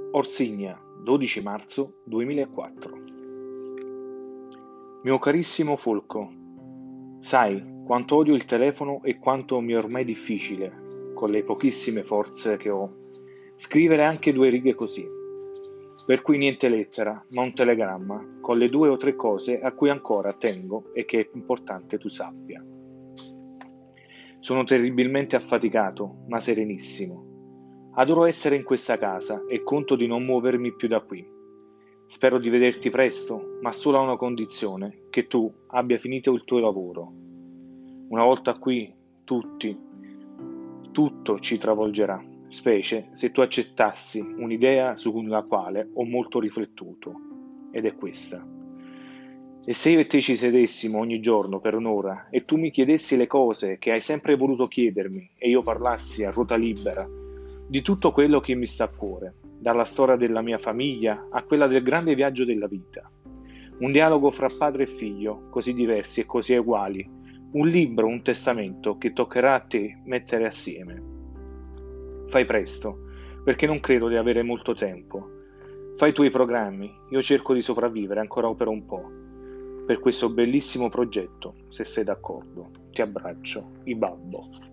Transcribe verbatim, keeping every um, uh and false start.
Orsigna, dodici marzo duemilaquattro. Mio carissimo Folco, sai quanto odio il telefono e quanto mi è ormai difficile, con le pochissime forze che ho, scrivere anche due righe così. Per cui niente lettera, ma un telegramma, con le due o tre cose a cui ancora tengo e che è importante tu sappia. Sono terribilmente affaticato, ma serenissimo. Adoro essere in questa casa e conto di non muovermi più da qui. Spero di vederti presto, ma solo a una condizione, che tu abbia finito il tuo lavoro. Una volta qui, tutti, tutto ci travolgerà, specie se tu accettassi un'idea sulla quale ho molto riflettuto, ed è questa. E se io e te ci sedessimo ogni giorno per un'ora e tu mi chiedessi le cose che hai sempre voluto chiedermi e io parlassi a ruota libera di tutto quello che mi sta a cuore, dalla storia della mia famiglia a quella del grande viaggio della vita. Un dialogo fra padre e figlio, così diversi e così uguali, un libro, un testamento che toccherà a te mettere assieme. Fai presto, perché non credo di avere molto tempo. Fai i tuoi programmi, io cerco di sopravvivere ancora per un po', per questo bellissimo progetto, se sei d'accordo. Ti abbraccio, il babbo.